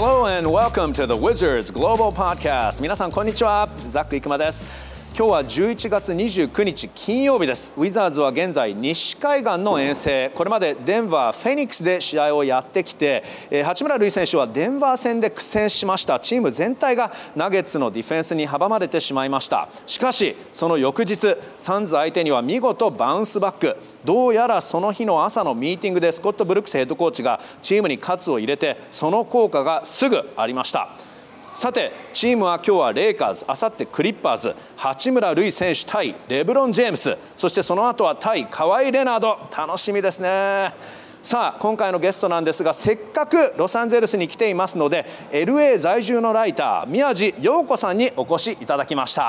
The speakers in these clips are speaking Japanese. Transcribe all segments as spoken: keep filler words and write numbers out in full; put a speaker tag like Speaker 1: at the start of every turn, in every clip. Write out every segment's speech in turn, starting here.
Speaker 1: Hello and welcome to the Wizards Global Podcast. 皆さんこんにちは、ザック生馬です。今日はじゅういちがつにじゅうくにち金曜日です。ウィザーズは現在西海岸の遠征、これまでデンバー、フェニックスで試合をやってきて、八村塁選手はデンバー戦で苦戦しました。チーム全体がナゲッツのディフェンスに阻まれてしまいました。しかしその翌日、サンズ相手には見事バウンスバック。どうやらその日の朝のミーティングでスコット・ブルックスヘッドコーチがチームに喝を入れて、その効果がすぐありました。さてチームは今日はレイカーズ、あさってクリッパーズ、八村塁選手対レブロン・ジェームス、そしてその後は対カワイ・レナード、楽しみですね。さあ今回のゲストなんですが、せっかくロサンゼルスに来ていますので エルエー 在住のライター宮地陽子さんにお越しいただきました。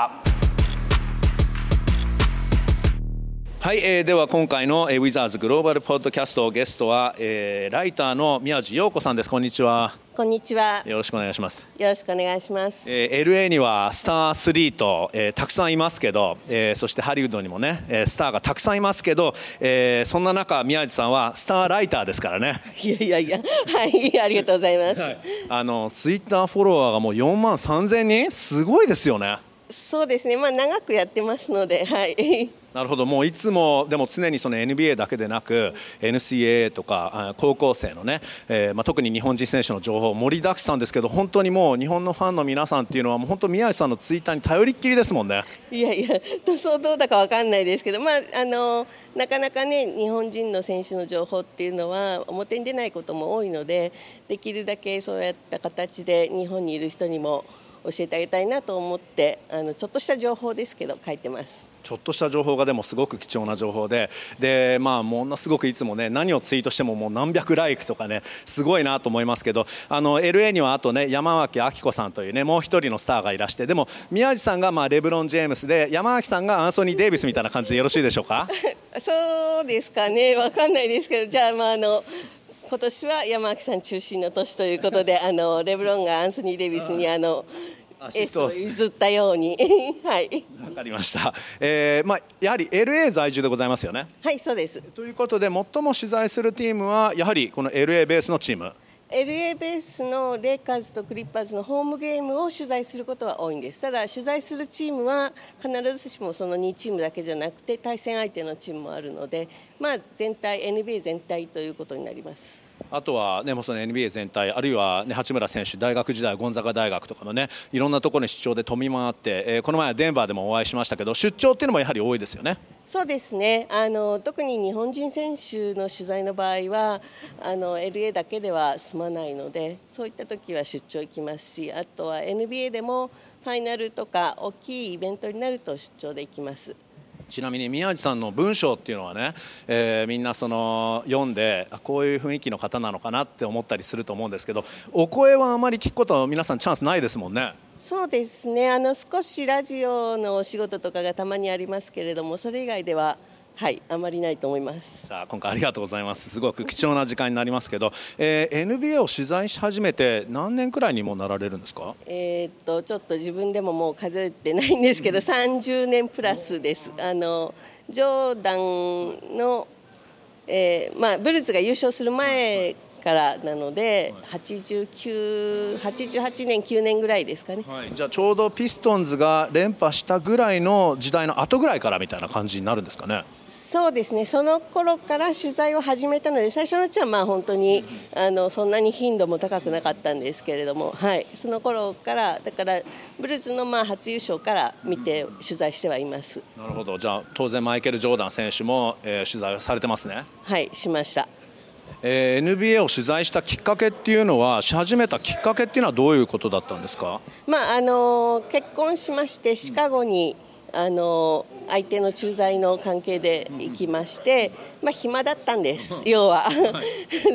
Speaker 1: はい、えー、では今回の、えー、ウィザーズグローバルポッドキャストゲストは、えー、ライターの宮地陽子さんです。こんにちは。
Speaker 2: こんにちは。
Speaker 1: よろしくお願いします。
Speaker 2: よろしくお願いします。
Speaker 1: えー、エルエー にはスタースリーと、えー、たくさんいますけど、えー、そしてハリウッドにもね、えー、スターがたくさんいますけど、えー、そんな中宮地さんはスターライターですからね。
Speaker 2: いやいやいや、はいありがとうございます。はい、
Speaker 1: あのツイッターフォロワーがもうよんまんさんぜんにん、すごいですよね。
Speaker 2: そうですね、まあ長くやってますので、はい。
Speaker 1: なるほど。もういつもでも常にその エヌビーエー だけでなく エヌシーエーエー とか高校生のね、えーまあ、特に日本人選手の情報盛りだくさんですけど、本当にもう日本のファンの皆さんっていうのはもう本当宮地さんのツイッターに頼りっきりですもんね。
Speaker 2: いやいや、そうどうだか分かんないですけど、まあ、あのなかなかね日本人の選手の情報っていうのは表に出ないことも多いので、できるだけそうやった形で日本にいる人にも教えてあげたいなと思って、あのちょっとした情報ですけど書いてます。
Speaker 1: ちょっとした情報がでもすごく貴重な情報で、で、まあ、ものすごくいつもね何をツイートしてももう何百ライクとかね、すごいなと思いますけど、あの エルエー にはあとね山脇明子さんというねもう一人のスターがいらして、でも宮地さんがまあレブロン・ジェームスで、山脇さんがアンソニー・デイビスみたいな感じでよろしいでしょうか。
Speaker 2: そうですかね、分かんないですけど、じゃあまああの今年は山脇さん中心の年ということで、あのレブロンがアンソニー・デイビスにあのエースを譲ったようにはい、
Speaker 1: わかりました。えーまあ、やはり エルエー 在住でございますよね。
Speaker 2: はい、そうです。
Speaker 1: ということで最も取材するチームはやはりこの エルエー ベースのチーム。
Speaker 2: エルエー ベースのレイカーズとクリッパーズのホームゲームを取材することは多いんです。ただ取材するチームは必ずしもそのにチームだけじゃなくて対戦相手のチームもあるので、まあ、全体 エヌビーエー 全体ということになります。
Speaker 1: あとは、ね、もうその エヌビーエー 全体、あるいは、ね、八村選手大学時代ゴンザガ大学とかのねいろんなところに出張で飛び回って、えー、この前はデンバーでもお会いしましたけど、出張っていうのもやはり多いですよね。
Speaker 2: そうですね、あの特に日本人選手の取材の場合はあの エルエー だけでは済まないので、そういった時は出張行きますし、あとは エヌビーエー でもファイナルとか大きいイベントになると出張で行きます。
Speaker 1: ちなみに宮地さんの文章っていうのはね、えー、みんなその読んでこういう雰囲気の方なのかなって思ったりすると思うんですけど、お声はあまり聞くことは皆さんチャンスないですもんね。
Speaker 2: そうですね、あの少しラジオのお仕事とかがたまにありますけれども、それ以外でははい、あまりないと思います。
Speaker 1: じゃあ今回ありがとうございます。すごく貴重な時間になりますけど、えー、エヌビーエー を取材し始めて何年くらいにもなられるんですか。
Speaker 2: えー、っとちょっと自分でももう数えてないんですけど、さんじゅうねんプラスです。あのジョーダンの、えーまあ、ブルーズが優勝する前からなので、はちじゅうきゅう、はちじゅうはちねんきゅうねんぐらいですかね。
Speaker 1: はい、じゃあちょうどピストンズが連覇したぐらいの時代の後ぐらいからみたいな感じになるんですかね。
Speaker 2: そうですね、その頃から取材を始めたので、最初のうちはまあ本当にあのそんなに頻度も高くなかったんですけれども、はい、その頃からだからブルーズのまあ初優勝から見て取材してはいます。
Speaker 1: なるほど。じゃあ当然マイケル・ジョーダン選手も、えー、取材をされてますね。
Speaker 2: はい、しました。
Speaker 1: えー、エヌビーエー を取材したきっかけっていうのは、し始めたきっかけっていうのはどういうことだったんですか。
Speaker 2: まああの結婚しましてシカゴに、うん、あの相手の駐在の関係で行きまして、まあ、暇だったんです、要は、はい、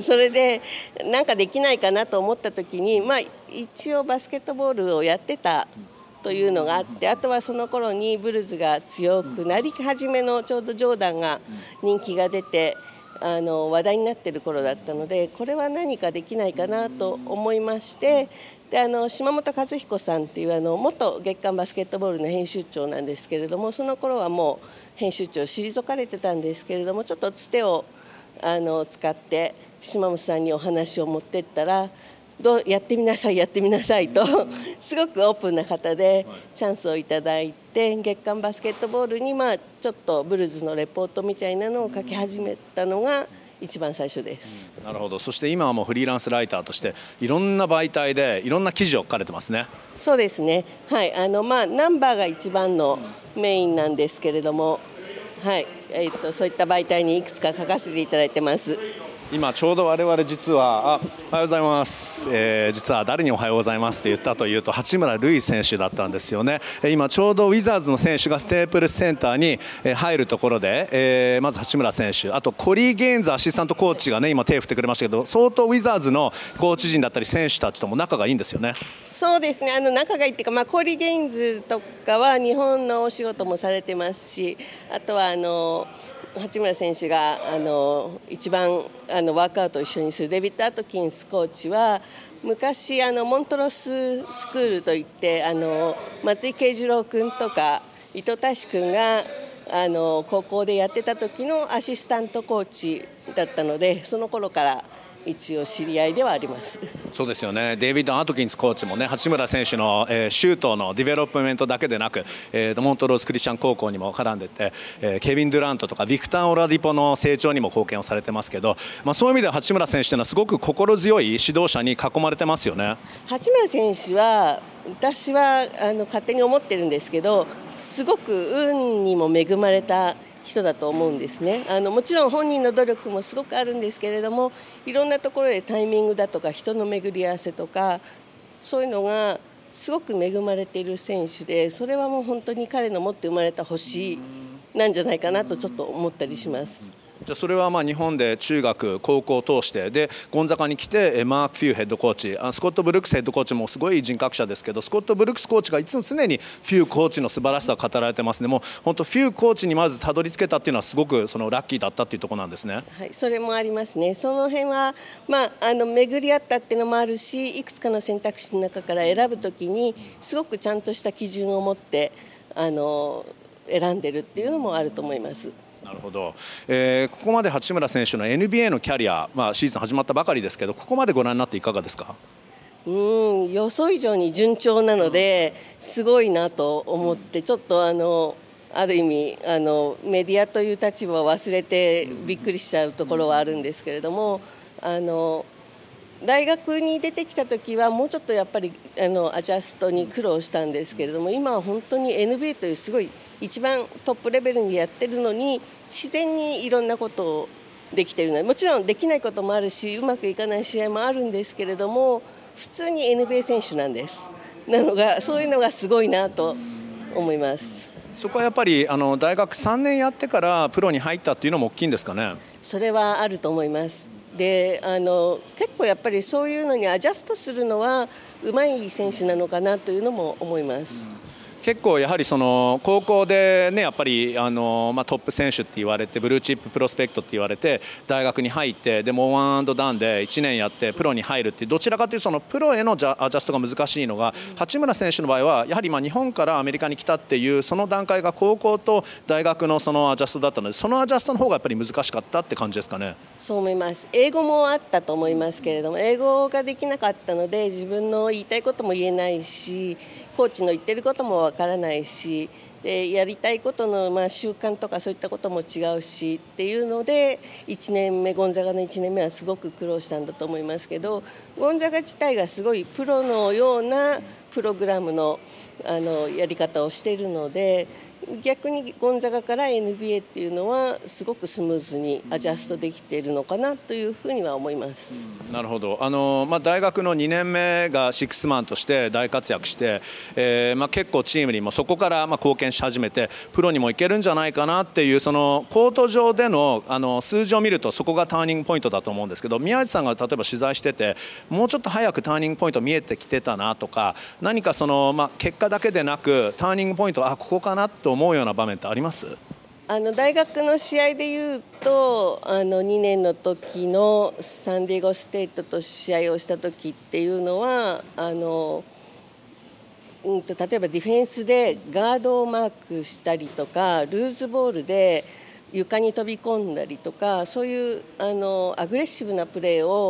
Speaker 2: それでなんかできないかなと思った時に、まあ、一応バスケットボールをやってたというのがあって、あとはその頃にブルーズが強くなり始めのちょうどジョーダンが人気が出てあの話題になっている頃だったので、これは何かできないかなと思いまして、であの島本和彦さんっていうあの元月刊バスケットボールの編集長なんですけれども、その頃はもう編集長を退かれてたんですけれども、ちょっとつてをあの使って島本さんにお話を持ってったら、 どうやってみなさいやってみなさいとすごくオープンな方でチャンスをいただいて、月刊バスケットボールにまあちょっとブルーズのレポートみたいなのを書き始めたのが一番最初です、
Speaker 1: うん、なるほど。そして今はもうフリーランスライターとしていろんな媒体でいろんな記事を書かれてますね。
Speaker 2: そうですね、はい、あのまあナンバーが一番のメインなんですけれども、はい、えー、とそういった媒体にいくつか書かせていただいてます。
Speaker 1: 今ちょうど我々実はあおはようございます、えー、実は誰におはようございますと言ったというと八村塁選手だったんですよね。今ちょうどウィザーズの選手がステープルスセンターに入るところで、えー、まず八村選手、あとコリー・ゲインズアシスタントコーチがね今手を振ってくれましたけど、相当ウィザーズのコーチ陣だったり選手たちとも仲がいいんですよね。
Speaker 2: そうですね、あの仲がいいっていうか、まあ、コリー・ゲインズとかは日本のお仕事もされてますし、あとはあの八村選手があの一番あのワークアウトを一緒にするデビッド・アトキンスコーチは昔あのモントロススクールといってあの松井慶次郎君とか伊藤大志君があの高校でやってた時のアシスタントコーチだったので、その頃から一応知り合いではあります。
Speaker 1: そうですよね。デイビッド・アトキンスコーチもね八村選手の、えー、シュートのディベロップメントだけでなく、えー、モントロースクリスチャン高校にも絡んでて、えー、ケビン・ドゥラントとかビクター・オラディポの成長にも貢献をされてますけど、まあ、そういう意味では八村選手というのはすごく心強い指導者に囲まれてますよね。
Speaker 2: 八村選手は私はあの勝手に思ってるんですけど、すごく運にも恵まれた人だと思うんですね。あのもちろん本人の努力もすごくあるんですけれども、いろんなところでタイミングだとか人の巡り合わせとかそういうのがすごく恵まれている選手で、それはもう本当に彼の持って生まれた星なんじゃないかなとちょっと思ったりします。
Speaker 1: じゃあそれはまあ日本で中学高校を通してでゴンザカに来てマーク・フューヘッドコーチ、スコット・ブルックスヘッドコーチもすごい人格者ですけど、スコット・ブルックスコーチがいつも常にフューコーチの素晴らしさを語られてますね。もう本当フューコーチにまずたどり着けたっていうのはすごくそのラッキーだったっていうところなんですね。
Speaker 2: はい、それもありますね。その辺は、まあ、あの巡り合ったっていうのもあるし、いくつかの選択肢の中から選ぶときにすごくちゃんとした基準を持ってあの選んでるっていうのもあると思います。
Speaker 1: なるほど、えー、ここまで八村選手の エヌビーエー のキャリア、まあ、シーズン始まったばかりですけど、ここまでご覧になっていかがですか？
Speaker 2: うん予想以上に順調なのですごいなと思って、ちょっとあのある意味あのメディアという立場を忘れてびっくりしちゃうところはあるんですけれども、あの大学に出てきた時はもうちょっとやっぱりあのアジャストに苦労したんですけれども、今は本当に エヌビーエー というすごい一番トップレベルにやってるのに自然にいろんなことをできているので、もちろんできないこともあるしうまくいかない試合もあるんですけれども、普通に エヌビーエー 選手なんです。なのがそういうのがすごいなと思います。
Speaker 1: そこはやっぱりあの大学さんねんやってからプロに入ったっていうのも大きいんですかね？
Speaker 2: それはあると思います。であの結構やっぱりそういうのにアジャストするのはうまい選手なのかなというのも思います。
Speaker 1: 結構やはりその高校でねやっぱりあの、まあ、トップ選手って言われてブルーチッププロスペクトって言われて大学に入ってでもワンアンドダウンでいちねんやってプロに入るってどちらかというとそのプロへのアジャストが難しいのが、八村選手の場合はやはりまあ日本からアメリカに来たっていうその段階が高校と大学のそのアジャストだったので、そのアジャストの方がやっぱり難しかったって感じですかね？
Speaker 2: そう思います。英語もあったと思いますけれども、英語ができなかったので自分の言いたいことも言えないし、コーチの言ってることもわからないし、でやりたいことのまあ習慣とかそういったことも違うしっていうのでいちねんめゴンザガのいちねんめはすごく苦労したんだと思いますけど、ゴンザガ自体がすごいプロのようなプログラムのあのやり方をしているので、逆にゴンザガから エヌビーエー っていうのはすごくスムーズにアジャストできているのかなというふうには思います。
Speaker 1: うん、なるほど。あの、まあ、大学のにねんめがシックスマンとして大活躍して、えーまあ、結構チームにもそこからまあ貢献し始めてプロにもいけるんじゃないかなっていうそのコート上で の, あの数字を見るとそこがターニングポイントだと思うんですけど、宮内さんが例えば取材しててもうちょっと早くターニングポイント見えてきてたなとか、何かその、まあ、結果だけでなくターニングポイントあここかなと思うような場面ってあります？
Speaker 2: あの大学の試合でいうとあのにねんの時のサンディエゴステートと試合をした時っていうのはあの、うんと、例えばディフェンスでガードをマークしたりとかルーズボールで床に飛び込んだりとか、そういうあのアグレッシブなプレーを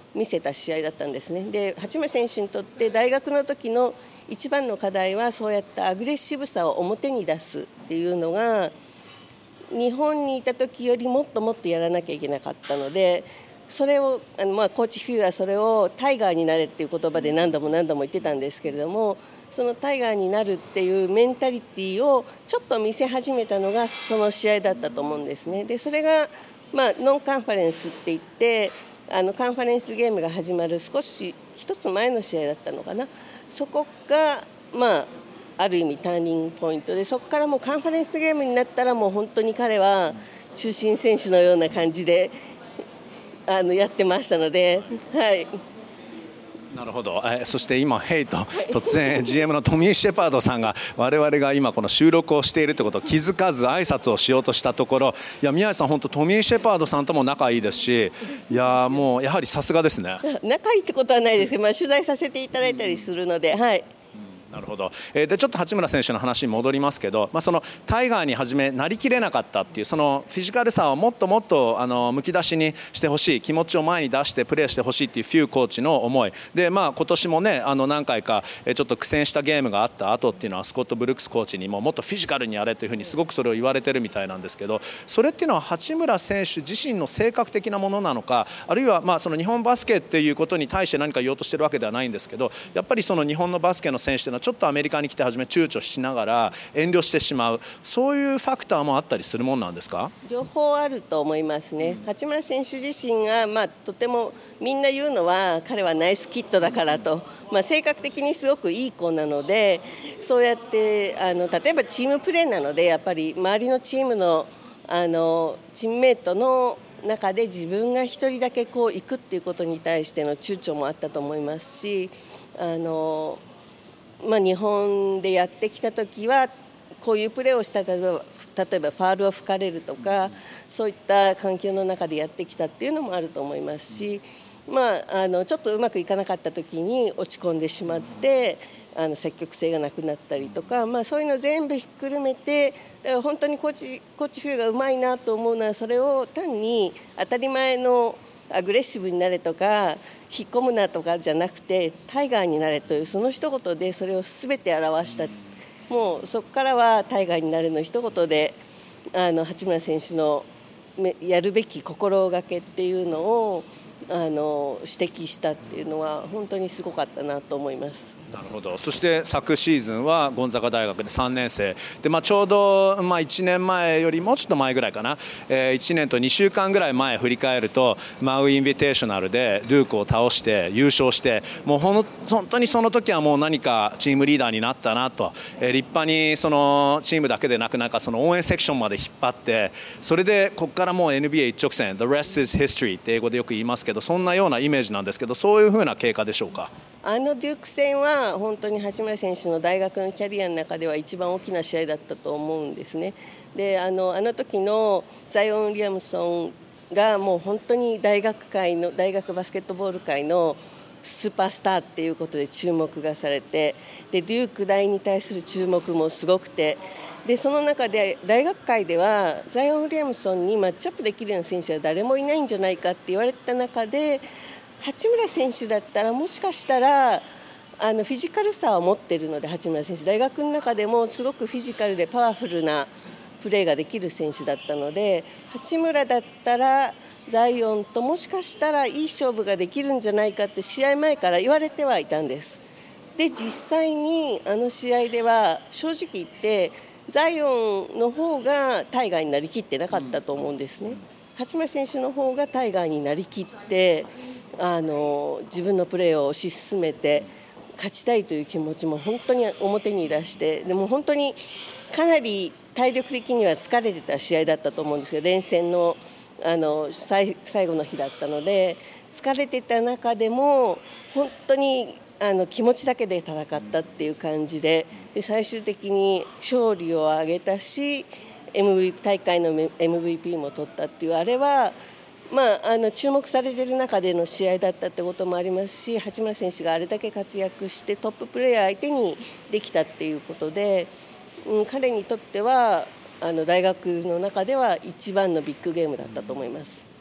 Speaker 2: 見せた試合だったんですね。で、八村選手にとって大学の時の一番の課題はそうやったアグレッシブさを表に出すっていうのが日本にいた時よりもっともっとやらなきゃいけなかったので、それをあの、まあ、コーチフィーはそれをタイガーになれっていう言葉で何度も何度も言ってたんですけれども、そのタイガーになるっていうメンタリティーをちょっと見せ始めたのがその試合だったと思うんですね。でそれが、まあ、ノンカンファレンスって言ってあのカンファレンスゲームが始まる少し一つ前の試合だったのかな。そこが、まあ、ある意味ターニングポイントで、そこからもうカンファレンスゲームになったらもう本当に彼は中心選手のような感じであのやってましたので、はい。
Speaker 1: なるほど。えそして今ヘイと突然 ジーエム のトミー・シェパードさんが我々が今この収録をしているということを気づかず挨拶をしようとしたところ、いや宮井さん本当トミー・シェパードさんとも仲いいですし、いやもうやはりさすがですね。
Speaker 2: 仲いいってことはないですけど、まあ、取材させていただいたりするので、はい。
Speaker 1: なるほど。えー、でちょっと八村選手の話に戻りますけど、まあ、そのタイガーに初めなりきれなかったっていうそのフィジカルさをもっともっとあのむき出しにしてほしい、気持ちを前に出してプレーしてほしいっていうフィューコーチの思いで、まあ、今年もねあの何回かちょっと苦戦したゲームがあった後っていうのはスコット・ブルックスコーチにももっとフィジカルにやれというふうにすごくそれを言われてるみたいなんですけど、それっていうのは八村選手自身の性格的なものなのか、あるいはまあその日本バスケっていうことに対して何か言おうとしてるわけではないんですけど、やっぱりその日本のバスケの選手というのはちょっとアメリカに来て初め躊躇しながら遠慮してしまう、そういうファクターもあったりするもんなんですか？
Speaker 2: 両方あると思いますね。八村選手自身が、まあ、とてもみんな言うのは彼はナイスキッドだからと、まあ、性格的にすごくいい子なので、そうやってあの例えばチームプレーなのでやっぱり周りのチームの、あのチームメートの中で自分が一人だけこう行くっていうことに対しての躊躇もあったと思いますし、あのまあ、日本でやってきた時はこういうプレーをした例えば、例えばファウルを吹かれるとかそういった環境の中でやってきたっていうのもあると思いますし、まあ、あのちょっとうまくいかなかった時に落ち込んでしまってあの積極性がなくなったりとか、まあ、そういうの全部ひっくるめて、だから本当にコーチ、コーチフィーがうまいなと思うのはそれを単に当たり前のアグレッシブになれとか引っ込むなとかじゃなくてタイガーになれというその一言でそれを全て表した。もうそこからはタイガーになるの一言であの八村選手のやるべき心がけっていうのをあの指摘したっていうのは本当にすごかったなと思います。
Speaker 1: なるほど。そして昨シーズンはゴンザガ大学でさんねん生で、まあ、ちょうど、まあ、いちねんまえよりもうちょっと前ぐらいかな、えー、いちねんとにしゅうかんぐらい前振り返るとマウイインビテーショナルでデュークを倒して優勝して、もうほん本当にその時はもう何かチームリーダーになったなと、えー、立派にそのチームだけでなくなんかその応援セクションまで引っ張って、それでここからもう エヌビーエー 一直線 The rest is history って英語でよく言いますけど、そんなようなイメージなんですけど、そういうふうな経過でしょうか？
Speaker 2: あのデューク戦は本当に八村選手の大学のキャリアの中では一番大きな試合だったと思うんですね。であのあの時のザイオン・ウィリアムソンがもう本当に大学界の大学バスケットボール界のスーパースターっていうことで注目がされて、でデューク大に対する注目もすごくて、でその中で大学界ではザイオン・ウィリアムソンにマッチアップできるような選手は誰もいないんじゃないかって言われた中で、八村選手だったらもしかしたらあのフィジカルさを持っているので、八村選手大学の中でもすごくフィジカルでパワフルなプレーができる選手だったので、八村だったらザイオンともしかしたらいい勝負ができるんじゃないかって試合前から言われてはいたんです。で実際にあの試合では正直言ってザイオンの方がタイガーになりきってなかったと思うんですね。八村選手の方がタイガーになりきってあの自分のプレーを推し進めて勝ちたいという気持ちも本当に表に出して、でも本当にかなり体力的には疲れてた試合だったと思うんですけど、連戦の、あの 最, 最後の日だったので疲れてた中でも本当にあの気持ちだけで戦ったっていう感じ で, で最終的に勝利を挙げたし エムブイピー 大会の エムブイピー も取ったっていう、あれはまあ、あの注目されている中での試合だったってこともありますし、八村選手があれだけ活躍してトッププレーヤー相手にできたっていうことで、うん、彼にとってはあの大学の中では一番のビッグゲームだったと思います。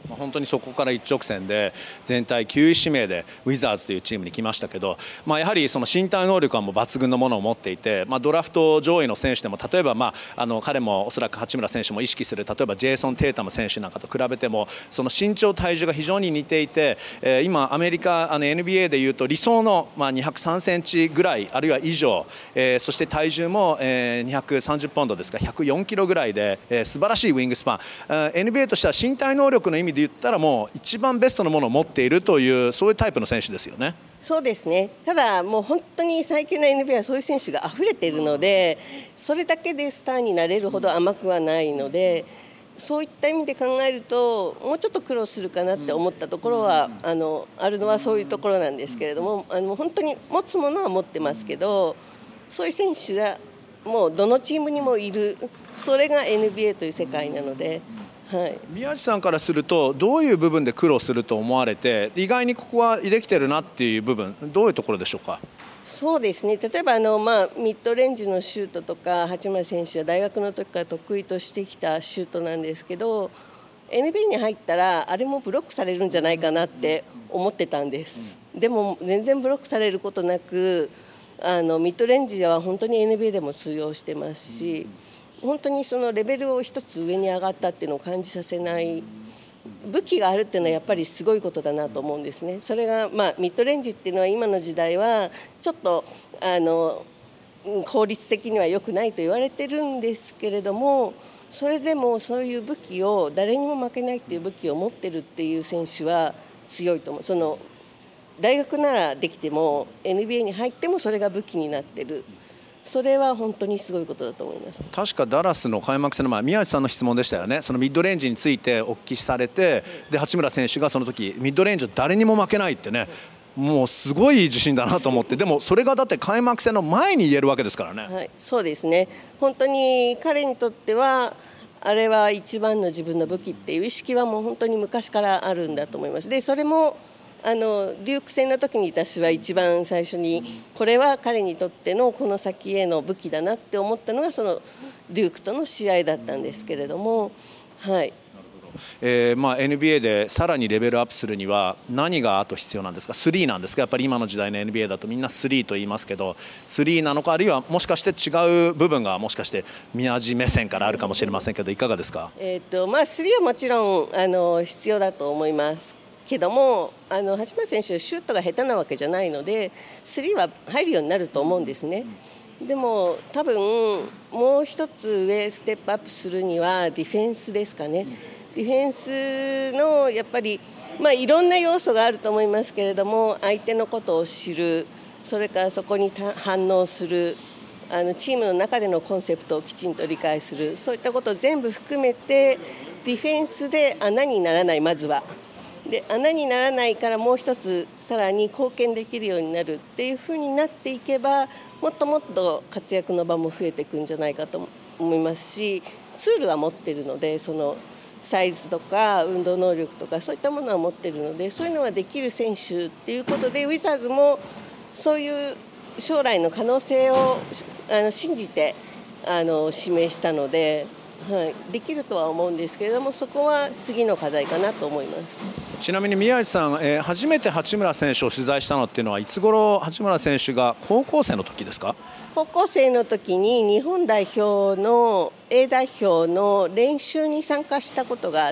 Speaker 1: 本当にそこから一直線で全体きゅうい指名でウィザーズというチームに来ましたけど、まあ、やはりその身体能力はもう抜群のものを持っていて、まあ、ドラフト上位の選手でも例えば、まあ、あの彼もおそらく八村選手も意識する例えばジェイソン・テータム選手なんかと比べてもその身長体重が非常に似ていて、えー、今アメリカあの エヌビーエー でいうと理想の、まあ、にひゃくさんセンチぐらいあるいは以上、えー、そして体重も、えー、にひゃくさんじゅうポンドですかひゃくよんキロぐらいで、えー、素晴らしいウィングスパン、えー、エヌビーエー としては身体能力の意味で言ったらもう一番ベストのものを持っているというそういうタイプの選手ですよね。
Speaker 2: そうですね。ただもう本当に最近の エヌビーエー はそういう選手が溢れているので、それだけでスターになれるほど甘くはないので、そういった意味で考えるともうちょっと苦労するかなって思ったところはあのあるのはそういうところなんですけれども、あの本当に持つものは持ってますけど、そういう選手がもうどのチームにもいる、それが エヌビーエー という世界なので。はい、
Speaker 1: 宮地さんからするとどういう部分で苦労すると思われて、意外にここはできてるなっていう部分、どういうところでしょうか。
Speaker 2: そうですね。例えばあの、まあ、ミッドレンジのシュートとか八村選手は大学の時から得意としてきたシュートなんですけど、 エヌビーエー に入ったらあれもブロックされるんじゃないかなって思ってたんです。でも全然ブロックされることなく、あのミッドレンジは本当に エヌビーエー でも通用してますし、本当にそのレベルを一つ上に上がったっていうのを感じさせない武器があるっていうのはやっぱりすごいことだなと思うんですね。それが、まあ、ミッドレンジっていうのは今の時代はちょっとあの効率的には良くないと言われてるんですけれども、それでもそういう武器を誰にも負けないっていう武器を持ってるっていう選手は強いと思う。その大学ならできても エヌビーエー に入ってもそれが武器になってる、それは本当にすごいことだと思います。
Speaker 1: 確かダラスの開幕戦の前、宮内さんの質問でしたよね。そのミッドレンジについてお聞きされて、で八村選手がその時ミッドレンジを誰にも負けないってね、もうすごい自信だなと思って、でもそれがだって開幕戦の前に言えるわけですからね。
Speaker 2: はい、そうですね。本当に彼にとってはあれは一番の自分の武器っていう意識はもう本当に昔からあるんだと思います。でそれもあのデューク戦の時に私は一番最初にこれは彼にとってのこの先への武器だなって思ったのがそのデュークとの試合だったんですけれども、はい。
Speaker 1: えーまあ、エヌビーエー でさらにレベルアップするには何があと必要なんですか。スリーなんですか。やっぱり今の時代の エヌビーエー だとみんなスリーと言いますけど、スリーなのか、あるいはもしかして違う部分がもしかして宮地目線からあるかもしれませんけど、いかがですか。
Speaker 2: えーとまあ、スリーはもちろんあの必要だと思いますけども、あの八村選手シュートが下手なわけじゃないのでスリーは入るようになると思うんですね。でも多分もう一つ上ステップアップするにはディフェンスですかね。ディフェンスのやっぱり、まあ、いろんな要素があると思いますけれども、相手のことを知る、それからそこに反応する、あのチームの中でのコンセプトをきちんと理解する、そういったことを全部含めてディフェンスで穴にならない、まずはで穴にならないからもう一つさらに貢献できるようになるっていうふうになっていけば、もっともっと活躍の場も増えていくんじゃないかと思いますし、ツールは持っているので、そのサイズとか運動能力とかそういったものは持っているので、そういうのができる選手っていうことでウィザーズもそういう将来の可能性をあの信じてあの指名したので、はい、できるとは思うんですけれども、そこは次の課題かなと思います。
Speaker 1: ちなみに宮内さん、えー、初めて八村選手を取材したのっていうのはいつ頃。八村選手が高校生の時ですか。
Speaker 2: 高校生の時に日本代表の A 代表の練習に参加したことがあって、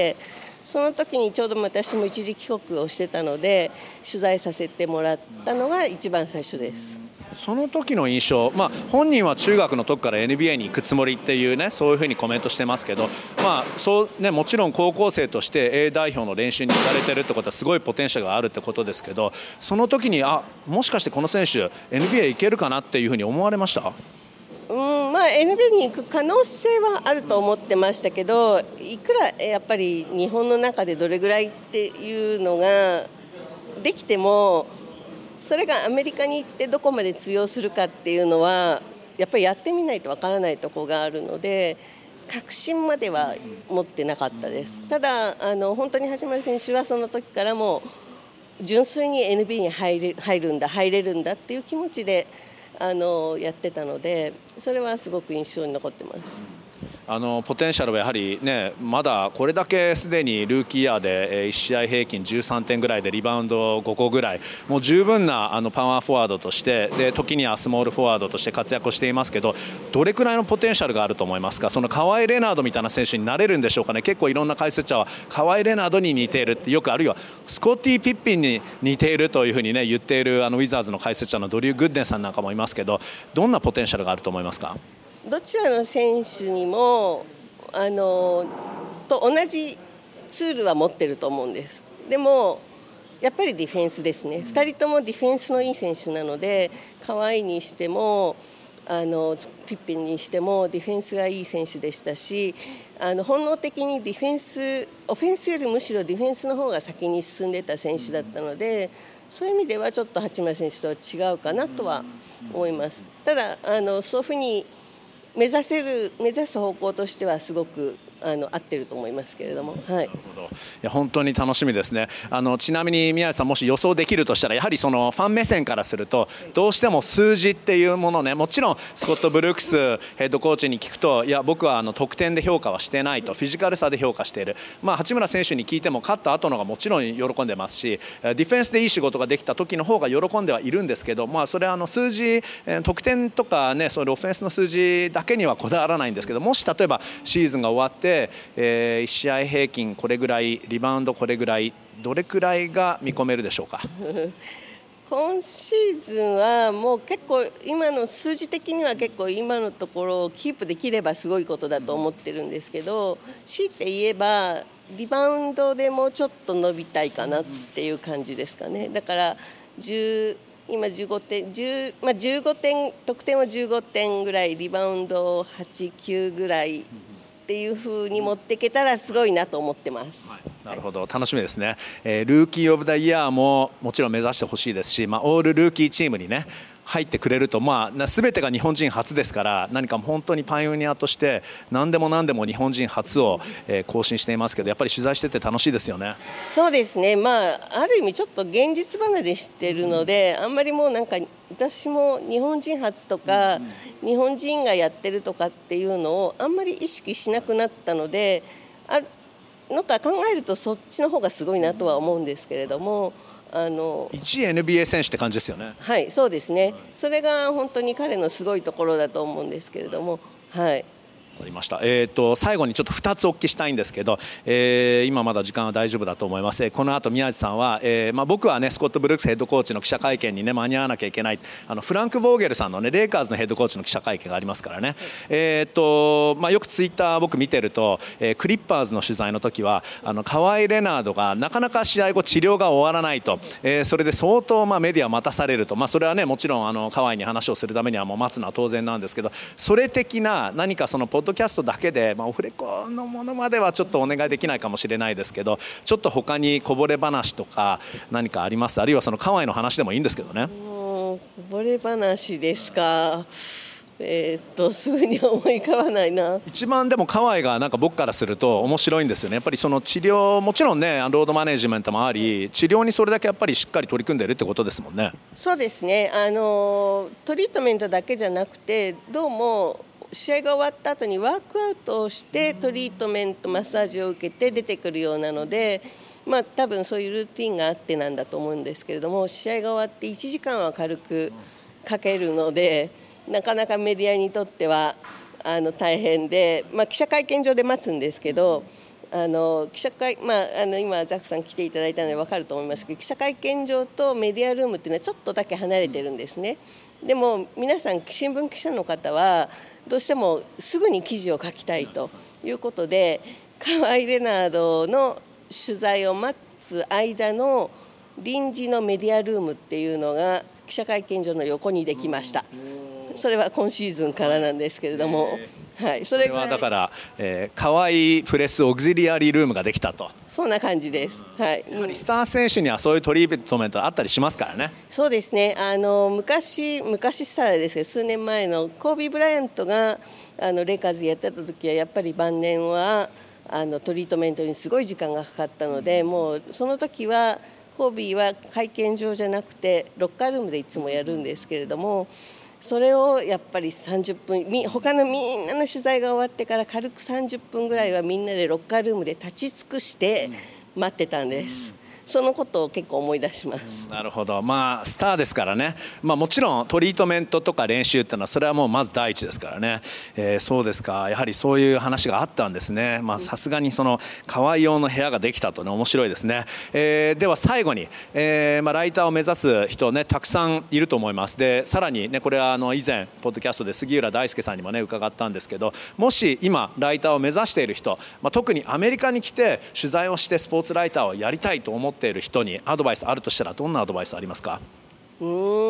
Speaker 2: その時にちょうど私も一時帰国をしてたので取材させてもらったのが一番最初です。
Speaker 1: その時の印象、まあ、本人は中学の時から エヌビーエー に行くつもりっていうね、そういうふうにコメントしてますけど、まあそうね、もちろん高校生として A 代表の練習に行かれてるってことはすごいポテンシャルがあるってことですけど、その時にあもしかしてこの選手 エヌビーエー 行けるかなっていうふうに思われました？
Speaker 2: うんまあ、エヌビーエー に行く可能性はあると思ってましたけど、いくらやっぱり日本の中でどれぐらいっていうのができても、それがアメリカに行ってどこまで通用するかっていうのはやっぱりやってみないとわからないところがあるので、確信までは持ってなかったです。ただあの本当に八村選手はその時からも純粋に エヌビーエー に入れ、入るんだ入れるんだっていう気持ちであのやってたので、それはすごく印象に残ってます。
Speaker 1: あのポテンシャルはやはり、ね、まだこれだけすでにルーキーイヤーでいち試合平均じゅうさんてんぐらいでリバウンドごこぐらい、もう十分なあのパワーフォワードとしてで時にはスモールフォワードとして活躍をしていますけど、どれくらいのポテンシャルがあると思いますか。そのカワイ・レナードみたいな選手になれるんでしょうかね。結構いろんな解説者はカワイ・レナードに似ているって、よくあるいはスコッティ・ピッピンに似ているというふうに、ね、言っているあのウィザーズの解説者のドリュー・グッデンさんなんかもいますけど、どんなポテンシャルがあると思いますか。
Speaker 2: どちらの選手にもあのと同じツールは持ってると思うんです。でもやっぱりディフェンスですね。ふたりともディフェンスのいい選手なので、カワイにしてもあのピッピンにしてもディフェンスがいい選手でしたし、あの本能的にディフェンスオフェンスよりむしろディフェンスの方が先に進んでた選手だったので、そういう意味ではちょっと八村選手とは違うかなとは思います。ただあのそういうふうに目指せる目指す方向としてはすごくあの合ってると思いますけれども、はい、
Speaker 1: なるほど。いや本当に楽しみですね。あのちなみに宮内さん、もし予想できるとしたら、やはりそのファン目線からするとどうしても数字っていうものね、もちろんスコット・ブルックスヘッドコーチに聞くと、いや僕はあの得点で評価はしてないと、フィジカルさで評価している、まあ、八村選手に聞いても勝った後のがもちろん喜んでますし、ディフェンスでいい仕事ができた時の方が喜んではいるんですけど、まあ、それはあの数字得点とかね、そのオフェンスの数字だけにはこだわらないんですけど、もし例えばシーズンが終わって、えーいち試合平均これぐらい、リバウンドこれぐらい、どれくらいが見込めるでしょうか。
Speaker 2: 今シーズンはもう結構今の数字的には結構今のところをキープできればすごいことだと思ってるんですけど、強いて言えばリバウンドでもうちょっと伸びたいかなっていう感じですかね。だからじゅう今じゅうごてん、じゅう、まあ、じゅうごてん、得点はじゅうごてんぐらい、リバウンドはち、きゅうぐらいっていう風に持っていけたらすごいなと思ってます。はい、
Speaker 1: なるほど、楽しみですね。えー、ルーキーオブザイヤーももちろん目指してほしいですし、まあ、オールルーキーチームにね入ってくれると、まあ、全てが日本人初ですから、何か本当にパイオニアとして何でも何でも日本人初を、えー、更新していますけど、やっぱり取材してて楽しいですよね。
Speaker 2: そうですね、まあ、ある意味ちょっと現実離れしてるので、あんまりもうなんか私も日本人初とか、日本人がやってるとかっていうのをあんまり意識しなくなったので、あなんか考えるとそっちの方がすごいなとは思うんですけれども、あの
Speaker 1: 一 エヌビーエー 選手って感じですよね。
Speaker 2: はい、そうですね。それが本当に彼のすごいところだと思うんですけれども、はい。
Speaker 1: ありました。えー、と最後にちょっとふたつお聞きしたいんですけど、えー、今まだ時間は大丈夫だと思います。この後宮地さんは、えーまあ、僕はねスコット・ブルックスヘッドコーチの記者会見にね間に合わなきゃいけない、あのフランク・ヴォーゲルさんのねレイカーズのヘッドコーチの記者会見がありますからね、はい、えーとまあ、よくツイッター僕見てると、えー、クリッパーズの取材の時はあのカワイ・レナードがなかなか試合後治療が終わらないと、えー、それで相当まあメディア待たされると、まあ、それはねもちろんあのカワイに話をするためにはもう待つのは当然なんですけど、それ的な何かそのポッドキャストだけでまあ、オフレコのものまではちょっとお願いできないかもしれないですけど、ちょっと他にこぼれ話とか何かあります？あるいはそのカワイの話でもいいんですけどね。
Speaker 2: こぼれ話ですか。えー、っとすぐに思い浮かばないな。
Speaker 1: 一番でもカワイがなんか僕からすると面白いんですよね。やっぱりその治療もちろんねロードマネジメントもあり、治療にそれだけやっぱりしっかり取り組んでいるってことですもんね。
Speaker 2: そうですね、あのトリートメントだけじゃなくて、どうも試合が終わった後にワークアウトをしてトリートメントマッサージを受けて出てくるようなので、まあ、多分そういうルーティンがあってなんだと思うんですけれども、試合が終わっていちじかんは軽くかけるので、なかなかメディアにとってはあの大変で、まあ、記者会見場で待つんですけど、あの記者会まあ、あの今ザックさん来ていただいたので分かると思いますけど、記者会見場とメディアルームっていうのはちょっとだけ離れてるんですね。でも皆さん新聞記者の方はどうしてもすぐに記事を書きたいということで、カワイ・レナードの取材を待つ間の臨時のメディアルームっていうのが記者会見場の横にできました。それは今シーズンからなんですけれども、はい、それは
Speaker 1: だから、えー、カワイプレスオグジリアリールームができたと。
Speaker 2: そんな感じです。はい、
Speaker 1: やはりスター選手にはそういうトリートメントあったりしますからね。
Speaker 2: そうですね、あの昔昔したらですけど数年前のコービー・ブライアントがあのレイカーズやってた時はやっぱり晩年はあのトリートメントにすごい時間がかかったので、もうその時はコービーは会見場じゃなくてロッカールームでいつもやるんですけれども、 それをやっぱりさんじゅっぷん、他のみんなの取材が終わってから軽くさんじゅっぷんぐらいはみんなでロッカールームで立ち尽くして待ってたんです。そのことを結構思い出します。
Speaker 1: なるほど、まあ、スターですからね、まあ、もちろんトリートメントとか練習っていうのはそれはもうまず第一ですからね、えー、そうですか、やはりそういう話があったんですね。さすがにその河合用の部屋ができたとね、面白いですね。えー、では最後に、えーまあ、ライターを目指す人ね、たくさんいると思います。でさらにね、これはあの以前ポッドキャストで杉浦大輔さんにもね伺ったんですけど、もし今ライターを目指している人、まあ、特にアメリカに来て取材をしてスポーツライターをやりたいと思っている人にアドバイスあるとしたら、どんなアドバイスありますか？
Speaker 2: う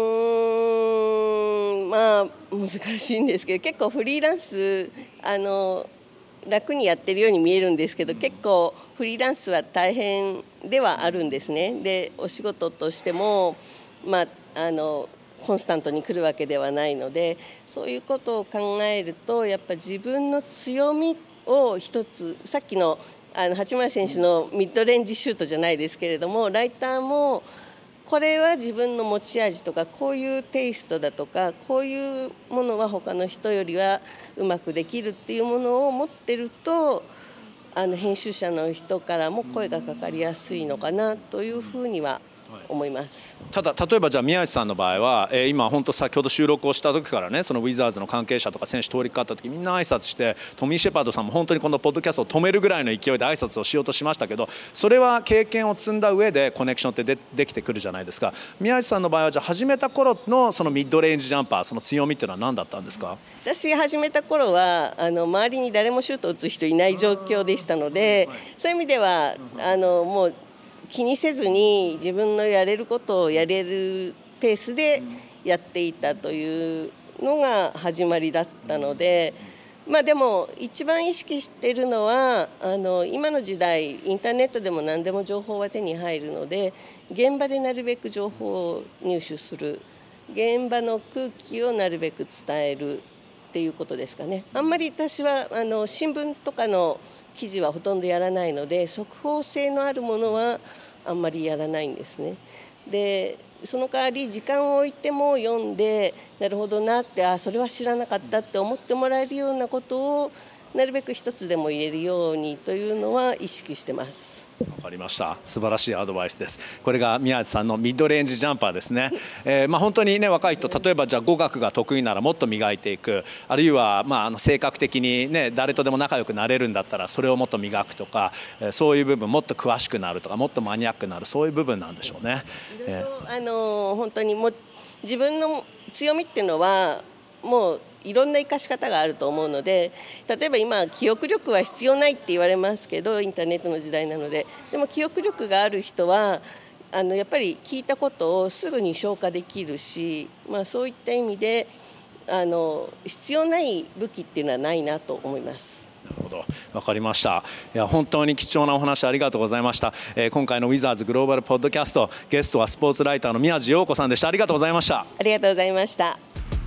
Speaker 2: ーん、まあ難しいんですけど、結構フリーランスあの楽にやってるように見えるんですけど、結構フリーランスは大変ではあるんですね。でお仕事としても、まあ、あのコンスタントに来るわけではないので、そういうことを考えるとやっぱ自分の強みを一つ、さっきのあの八村選手のミッドレンジシュートじゃないですけれども、ライターもこれは自分の持ち味とか、こういうテイストだとか、こういうものは他の人よりはうまくできるっていうものを持ってると、あの編集者の人からも声がかかりやすいのかなというふうには思います。
Speaker 1: ただ例えばじゃあ宮内さんの場合は、えー、今本当先ほど収録をした時からね、そのウィザーズの関係者とか選手通りかかった時みんな挨拶して、トミー・シェパードさんも本当にこのポッドキャストを止めるぐらいの勢いで挨拶をしようとしましたけど、それは経験を積んだ上でコネクションって で, できてくるじゃないですか。宮内さんの場合はじゃあ始めた頃のそのミッドレンジジャンパー、その強みっていうのは何だったんですか？
Speaker 2: 私が始めた頃はあの周りに誰もシュートを打つ人いない状況でしたので、そういう意味ではあのもう気にせずに自分のやれることをやれるペースでやっていたというのが始まりだったので、まあ、でも一番意識しているのはあの今の時代インターネットでも何でも情報は手に入るので、現場でなるべく情報を入手する、現場の空気をなるべく伝えるっていうことですかね。あんまり私はあの新聞とかの記事はほとんどやらないので、速報性のあるものはあんまりやらないんですね。でその代わり時間を置いても読んで、なるほどなって、あそれは知らなかったって思ってもらえるようなことをなるべく一つでも入れるようにというのは意識してます。
Speaker 1: わかりました。素晴らしいアドバイスです。これが宮内さんのミッドレンジジャンパーですね。えーまあ、本当にね、若い人、例えばじゃあ語学が得意ならもっと磨いていく、あるいはまああの性格的にね誰とでも仲良くなれるんだったらそれをもっと磨くとか、えー、そういう部分もっと詳しくなるとか、もっとマニアックになる、そういう部分なんでしょうね。
Speaker 2: えー、あの本当にも自分の強みっていうのはもういろんな生かし方があると思うので、例えば今記憶力は必要ないって言われますけど、インターネットの時代なので、でも記憶力がある人はあのやっぱり聞いたことをすぐに消化できるし、まあ、そういった意味であの必要ない武器っていうのはないなと思います。
Speaker 1: なるほど、わかりました。いや本当に貴重なお話ありがとうございました。えー、今回のウィザーズグローバルポッドキャスト、ゲストはスポーツライターの宮地陽子さんでした。ありがとうございました。
Speaker 2: ありがとうございました。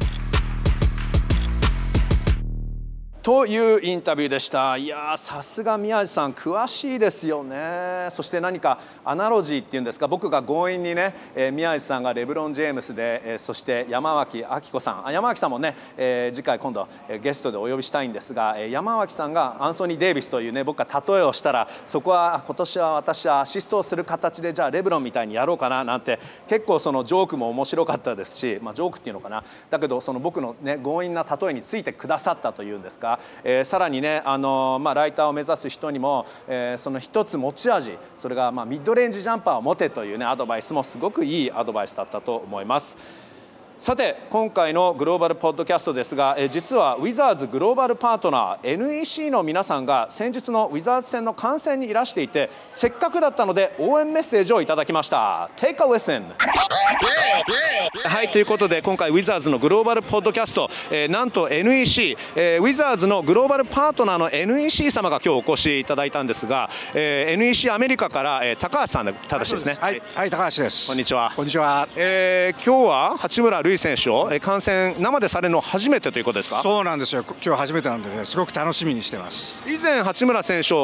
Speaker 1: というインタビューでした。いやさすが宮地さん詳しいですよね。そして何かアナロジーっていうんですか、僕が強引にね、えー、宮地さんがレブロン・ジェームスで、えー、そして山脇明子さん、あ山脇さんもね、えー、次回今度、えー、ゲストでお呼びしたいんですが、えー、山脇さんがアンソニー・デイビスというね、僕が例えをしたら、そこは今年は私はアシストをする形でじゃあレブロンみたいにやろうかななんて、結構そのジョークも面白かったですし、まあ、ジョークっていうのかな、だけどその僕のね強引な例えについてくださったというんですか。えー、さらにね、あのまあ、ライターを目指す人にも、えー、その一つ持ち味、それがまあミッドレンジジャンパーを持てという、ね、アドバイスもすごくいいアドバイスだったと思います。さて今回のグローバルポッドキャストですが、え実はウィザーズグローバルパートナー エヌイーシー の皆さんが先日のウィザーズ戦の観戦にいらしていて、せっかくだったので応援メッセージをいただきました。 Take a listen。 はい、ということで今回ウィザーズのグローバルポッドキャスト、えー、なんと エヌイーシー、えー、ウィザーズのグローバルパートナーの エヌイーシー 様が今日お越しいただいたんですが、えー、エヌイーシー アメリカから、えー、高橋さんで正しいですね。
Speaker 3: はい、はい、高橋です。
Speaker 1: こんにちは。
Speaker 3: こんにちは。
Speaker 1: えー、今日は八村塁選手を観戦生でされるの初めてということですか？
Speaker 3: そうなんですよ。今日初めてなんでね、すごく楽しみにしてます。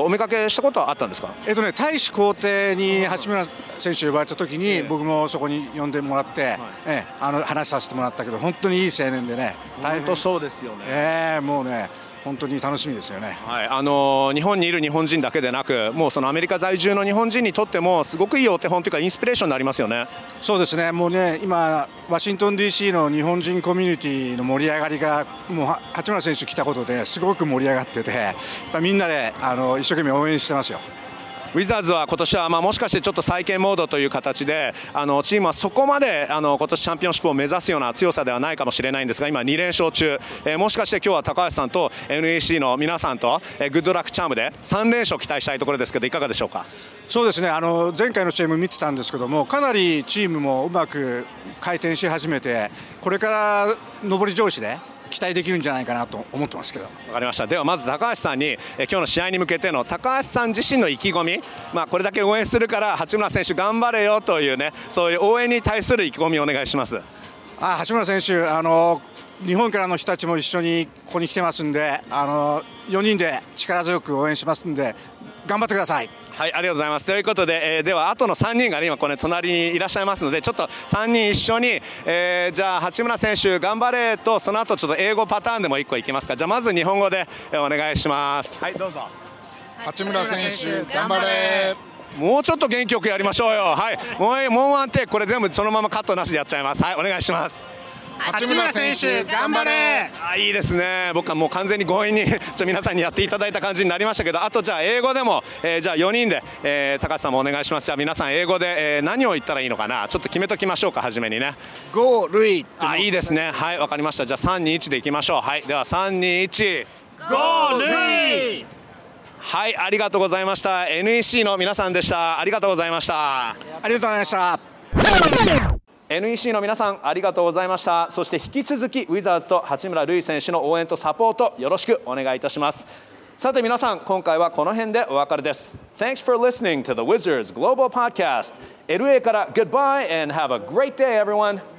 Speaker 1: 以前八村選手をお見かけしたことはあったんですか？
Speaker 3: えっとね、大使公邸に八村選手呼ばれた時に、えー、僕もそこに呼んでもらって、はい、えー、あの話させてもらったけど本当にいい青年でね、
Speaker 1: 本当そうですよね、
Speaker 3: えー、もうね本当に楽しみですよね、
Speaker 1: はい、あのー、日本にいる日本人だけでなくもうそのアメリカ在住の日本人にとってもすごくいいお手本というかインスピレーションになりますよね。
Speaker 3: そうですね、もうね今ワシントン ディーシー の日本人コミュニティの盛り上がりがもう八村選手来たことですごく盛り上がっててやっぱみんなであの一生懸命応援してますよ。
Speaker 1: ウィザーズは今年はまあもしかしてちょっと再建モードという形であのチームはそこまであの今年チャンピオンシップを目指すような強さではないかもしれないんですが今に連勝中、えー、もしかして今日は高橋さんと エヌイーシー の皆さんと、えー、グッドラックチャームでさん連勝期待したいところですけどいかがでしょうか。
Speaker 3: そうですね、あの前回の試合も見てたんですけどもかなりチームもうまく回転し始めてこれから上り調子で期待できるんじゃないかなと思ってますけど。
Speaker 1: わかりました。ではまず高橋さんにえ今日の試合に向けての高橋さん自身の意気込み、まあ、これだけ応援するから八村選手頑張れよというねそういう応援に対する意気込みをお願いします。
Speaker 3: あ八村選手あの日本からの人たちも一緒にここに来てますんであのよにんで力強く応援しますんで頑張ってください。
Speaker 1: はい、ありがとうございます。ということで、えー、では後のさんにんが、ね、今これ隣にいらっしゃいますのでちょっとさんにん一緒に、えー、じゃあ八村選手頑張れとその後ちょっと英語パターンでもいっこいきますか。じゃあまず日本語でお願いします。はいどうぞ。
Speaker 4: 八村選手頑張れ。
Speaker 1: もうちょっと元気よくやりましょうよ。はいもうもうワンテイクこれ全部そのままカットなしでやっちゃいます。はいお願いします。
Speaker 4: 八村選手頑張れ。
Speaker 1: あいいですね。僕はもう完全に強引にちょ皆さんにやっていただいた感じになりましたけどあとじゃあ英語でも、えー、じゃあよにんで、えー、高橋さんもお願いします。じゃあ皆さん英語で、えー、何を言ったらいいのかなちょっと決めときましょうか。初めにね
Speaker 3: Go ルイ
Speaker 1: あいいですね。はいわかりました。じゃあさんにいちでいきましょう。はいではさんにいち
Speaker 4: Go ルイ。
Speaker 1: はいありがとうございました。 エヌイーシー の皆さんでした。ありがとうございました。
Speaker 3: ありがとうございました。
Speaker 1: エヌイーシー の皆さんありがとうございました。そして引き続きウィザーズと八村塁選手の応援とサポートよろしくお願いいたします。さて皆さん今回はこの辺でお別れです。 Thanks for listening to the Wizards Global Podcast。 エルエー から Goodbye and have a great day everyone.